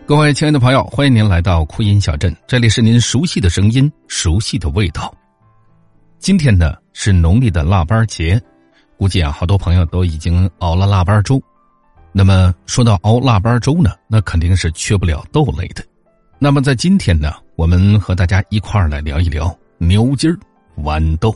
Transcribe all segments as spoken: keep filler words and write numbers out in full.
各位亲爱的朋友，欢迎您来到酷音小镇，这里是您熟悉的声音，熟悉的味道。今天呢是农历的腊八节，估计啊好多朋友都已经熬了腊八粥。那么说到熬腊八粥呢，那肯定是缺不了豆类的。那么在今天呢，我们和大家一块儿来聊一聊牛筋儿豌豆。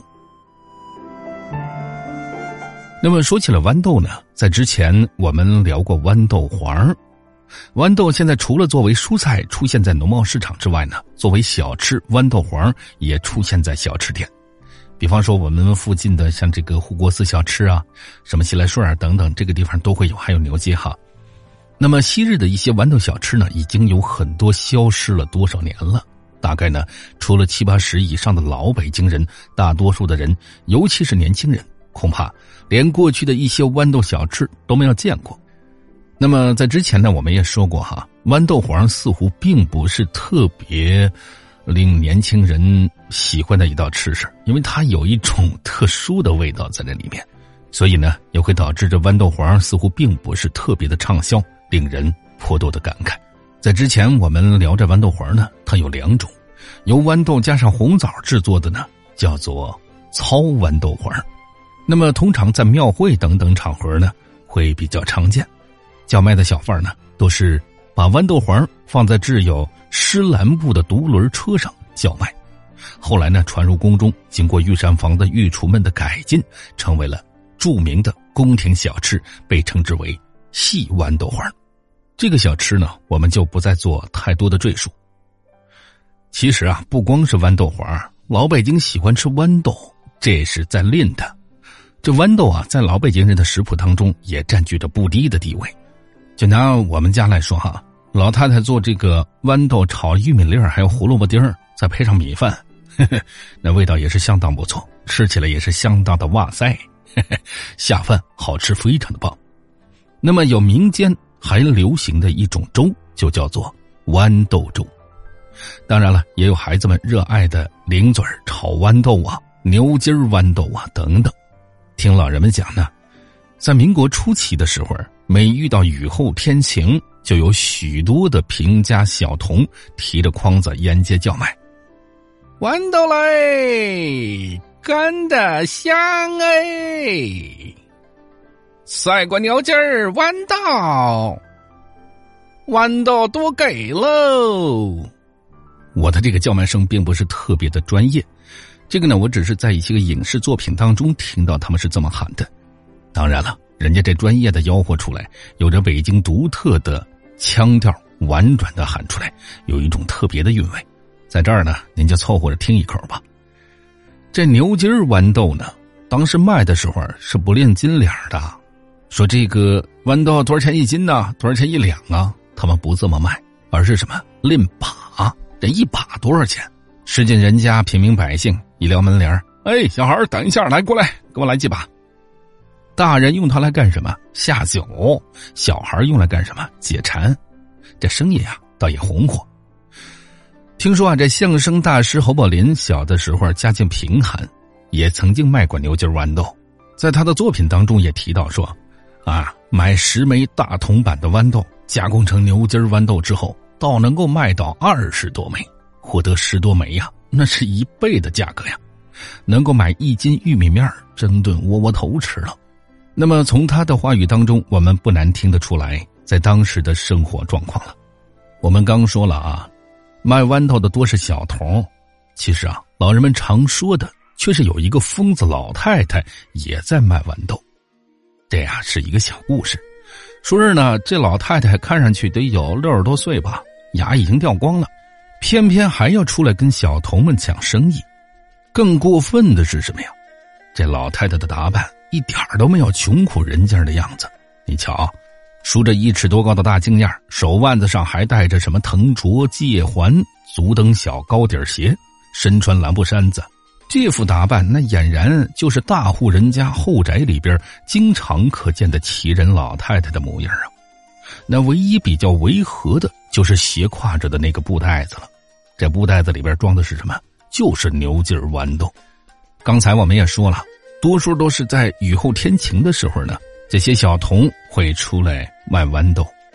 那么说起了豌豆呢，在之前我们聊过豌豆黄。豌豆现在除了作为蔬菜出现在农贸市场之外呢，作为小吃，豌豆黄也出现在小吃店。比方说我们附近的像这个护国寺小吃啊，什么西来顺啊等等，这个地方都会有，还有牛街哈。那么昔日的一些豌豆小吃呢，已经有很多消失了多少年了。大概呢，除了七八十以上的老北京人，大多数的人，尤其是年轻人，恐怕连过去的一些豌豆小吃都没有见过。那么在之前呢，我们也说过哈，豌豆黄似乎并不是特别令年轻人喜欢的一道吃食，因为它有一种特殊的味道在这里面，所以呢也会导致这豌豆黄似乎并不是特别的畅销，令人颇多的感慨。在之前我们聊着豌豆黄呢，它有两种，由豌豆加上红枣制作的呢叫做糙豌豆黄，那么通常在庙会等等场合呢会比较常见。叫卖的小贩呢，都是把豌豆黄放在制有湿蓝布的独轮车上叫卖。后来呢，传入宫中，经过御膳房的御厨们的改进，成为了著名的宫廷小吃，被称之为细豌豆黄。这个小吃呢，我们就不再做太多的赘述。其实啊，不光是豌豆黄，老北京喜欢吃豌豆，这是在吝的。这豌豆啊，在老北京人的食谱当中也占据着不低的地位。就拿我们家来说哈，老太太做这个豌豆炒玉米粒儿还有胡萝卜丁儿，再配上米饭，呵呵，那味道也是相当不错，吃起来也是相当的哇塞，呵呵，下饭好吃，非常的棒。那么有民间还流行的一种粥，就叫做豌豆粥。当然了，也有孩子们热爱的零嘴炒豌豆啊、牛筋豌豆啊等等。听老人们讲呢，在民国初期的时候，每遇到雨后天晴，就有许多的贫家小童提着筐子沿街叫卖：豌豆嘞，干的香哎，赛过牛筋儿豌豆，豌豆多给喽。我的这个叫卖声并不是特别的专业，这个呢，我只是在一些个影视作品当中听到他们是这么喊的。当然了，人家这专业的吆喝出来，有着北京独特的腔调，婉转的喊出来，有一种特别的韵味。在这儿呢，您就凑合着听一口吧。这牛筋豌豆呢，当时卖的时候是不论斤两的，说这个豌豆多少钱一斤呢？多少钱一两啊？他们不这么卖，而是什么？论把，这一把多少钱？吃进人家平民百姓一撩门帘，哎，小孩等一下，来过来，给我来几把。大人用它来干什么？下酒。小孩用来干什么？解馋。这生意啊，倒也红火。听说啊，这相声大师侯宝林小的时候家境贫寒，也曾经卖过牛筋豌豆。在他的作品当中也提到说，啊，买十枚大铜板的豌豆，加工成牛筋豌豆之后，倒能够卖到二十多枚，获得十多枚呀，那是一倍的价格呀，能够买一斤玉米面蒸炖窝窝头吃了。那么从他的话语当中，我们不难听得出来在当时的生活状况了。我们刚说了啊，卖豌豆的多是小童，其实啊，老人们常说的却是有一个疯子老太太也在卖豌豆。这呀是一个小故事，说是呢，这老太太看上去得有六十多岁吧，牙已经掉光了，偏偏还要出来跟小童们抢生意。更过分的是什么呀？这老太太的打扮一点都没有穷苦人家的样子。你瞧，梳着一尺多高的大镜架，手腕子上还戴着什么藤镯戒环，足蹬小高底鞋，身穿蓝布衫子，这副打扮那俨然就是大户人家后宅里边经常可见的奇人老太太的模样啊。那唯一比较违和的就是斜挎着的那个布袋子了，这布袋子里边装的是什么？就是牛筋豌豆。刚才我们也说了，多数都是在雨后天晴的时候呢，这些小童会出来卖豌豆。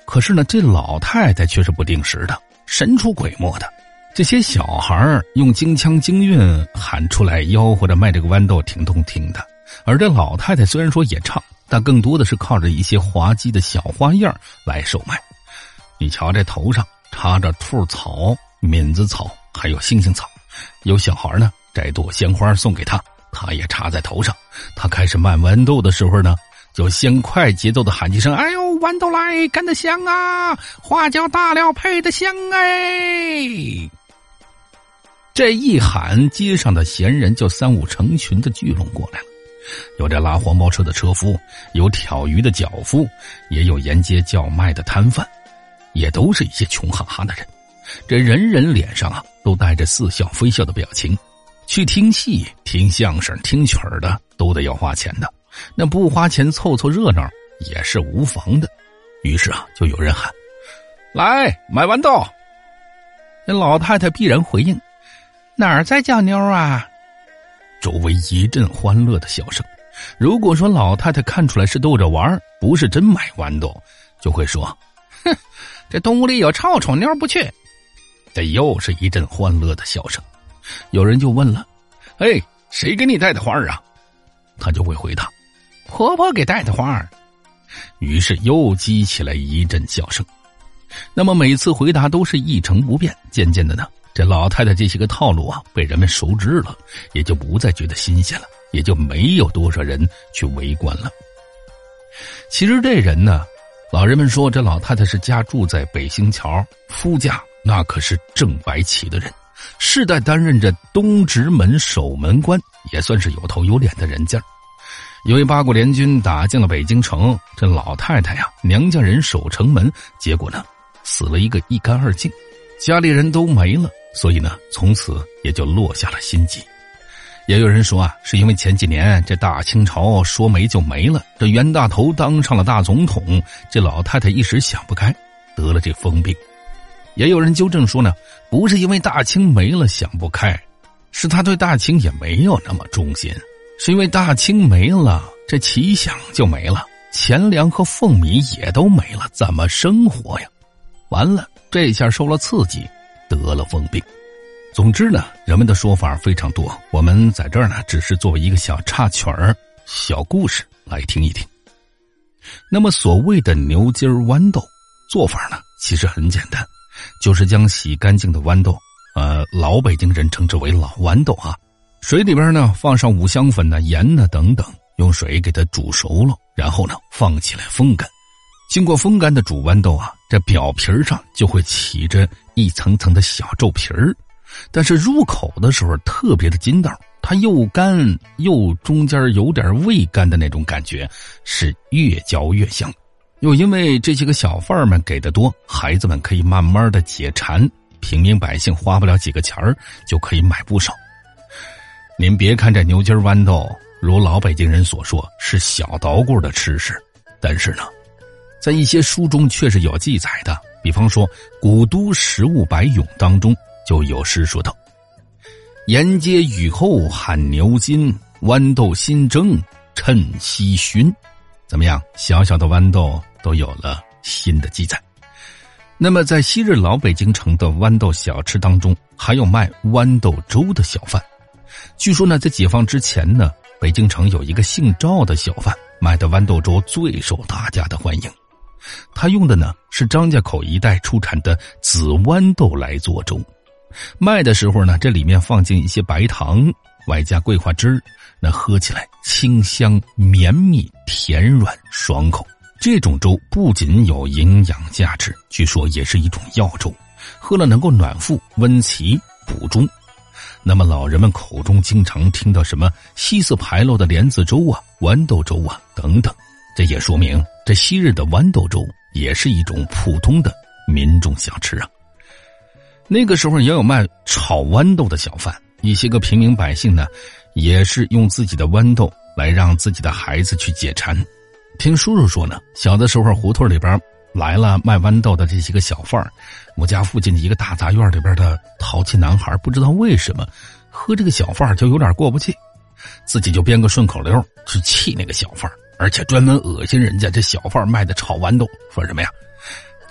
可是呢，这老太太却是不定时的，神出鬼没的。这些小孩用京腔京韵喊出来，吆喝着卖这个豌豆挺动听的。而这老太太虽然说也唱，但更多的是靠着一些滑稽的小花样来售卖。你瞧，这头上插着兔草、抿子草还有星星草，有小孩呢摘朵鲜花送给他，他也插在头上。他开始卖豌豆的时候呢，就先快节奏的喊几声：“哎呦，豌豆来，干得香啊！花椒大料配得香哎！”这一喊，街上的闲人就三五成群的聚拢过来了。有这拉黄包车的车夫，有挑鱼的脚夫，也有沿街叫卖的摊贩，也都是一些穷哈哈的人。这人人脸上啊都带着似笑非笑的表情。去听戏、听相声、听曲儿的都得要花钱的，那不花钱凑凑热闹也是无妨的。于是啊，就有人喊：“来买豌豆。”那老太太必然回应：“哪儿在叫妞啊？”周围一阵欢乐的笑声。如果说老太太看出来是逗着玩，不是真买豌豆，就会说：“哼，这东屋里有臭虫，妞不去。”这又是一阵欢乐的笑声。有人就问了：“哎，谁给你带的花啊？”他就会回答：“婆婆给带的花。”于是又激起来一阵笑声。那么每次回答都是一成不变，渐渐的呢，这老太太这些个套路啊被人们熟知了，也就不再觉得新鲜了，也就没有多少人去围观了。其实这人呢，老人们说这老太太是家住在北新桥，夫家那可是正白旗的人，世代担任着东直门守门官，也算是有头有脸的人家。因为八国联军打进了北京城，这老太太呀，娘家人守城门，结果呢死了一个一干二净，家里人都没了，所以呢从此也就落下了心疾。也有人说啊，是因为前几年这大清朝说没就没了，这袁大头当上了大总统，这老太太一时想不开，得了这疯病。也有人纠正说呢，不是因为大清没了想不开，是他对大清也没有那么忠心，是因为大清没了，这奇想就没了，钱粮和凤米也都没了，怎么生活呀？完了，这下受了刺激，得了疯病。总之呢，人们的说法非常多，我们在这儿呢只是作为一个小插曲儿、小故事来听一听。那么所谓的牛筋豌豆做法呢，其实很简单，就是将洗干净的豌豆，呃，老北京人称之为老豌豆啊，水里边呢放上五香粉呢、盐呢等等，用水给它煮熟了，然后呢放起来风干。经过风干的煮豌豆啊，这表皮上就会起着一层层的小皱皮儿，但是入口的时候特别的筋道，它又干又中间有点未干的那种感觉，是越嚼越香。又因为这些个小贩们给的多，孩子们可以慢慢的解馋，平民百姓花不了几个钱儿就可以买不少。您别看这牛筋豌豆如老北京人所说是小捣鼓的吃食，但是呢在一些书中却是有记载的，比方说《古都食物百咏》当中就有诗说道：“沿街雨后喊牛筋，豌豆新蒸趁夕熏。”怎么样，小小的豌豆都有了新的记载。那么在昔日老北京城的豌豆小吃当中，还有卖豌豆粥的小贩。据说呢，在解放之前呢，北京城有一个姓赵的小贩，卖的豌豆粥最受大家的欢迎。他用的呢是张家口一带出产的紫豌豆来做粥，卖的时候呢，这里面放进一些白糖，外加桂花汁儿，那喝起来清香绵密、甜软爽口。这种粥不仅有营养价值，据说也是一种药粥，喝了能够暖腹、温脾、补中。那么老人们口中经常听到什么西四牌楼的莲子粥啊、豌豆粥啊等等，这也说明这昔日的豌豆粥也是一种普通的民众小吃啊。那个时候也有卖炒豌豆的小贩，一些个平民百姓呢，也是用自己的豌豆来让自己的孩子去解馋。听叔叔说呢，小的时候胡同里边来了卖豌豆的这些个小贩，我家附近一个大杂院里边的淘气男孩，不知道为什么喝这个小贩就有点过不去，自己就编个顺口溜去气那个小贩，而且专门恶心人家这小贩卖的炒豌豆，说什么呀？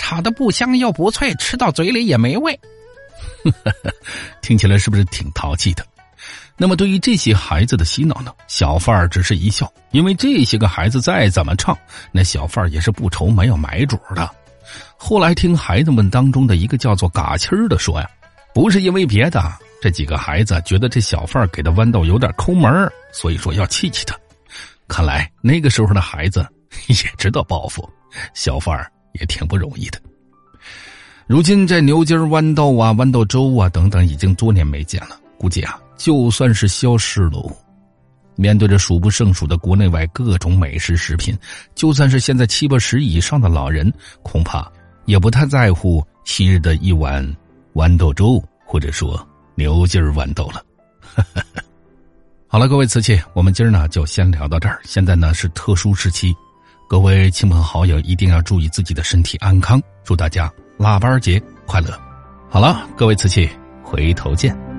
炒的不香又不脆，吃到嘴里也没味。 听起来是不是挺淘气的？那么对于这些孩子的洗脑呢，小贩儿只是一笑，因为这些个孩子再怎么唱，那小贩儿也是不愁没有买主的。后来听孩子们当中的一个叫做嘎七儿的说呀，不是因为别的，这几个孩子觉得这小贩儿给的豌豆有点抠门，所以说要气气他。看来那个时候的孩子也知道报复，小贩儿也挺不容易的。如今这牛筋豌豆啊、豌豆粥啊等等已经多年没见了，估计啊就算是消失喽。面对着数不胜数的国内外各种美食食品，就算是现在七八十以上的老人，恐怕也不太在乎昔日的一碗豌豆粥，或者说牛筋豌豆了。好了，各位瓷器，我们今儿呢就先聊到这儿。现在呢是特殊时期，各位亲朋好友一定要注意自己的身体安康，祝大家腊八节快乐。好了，各位瓷器，回头见。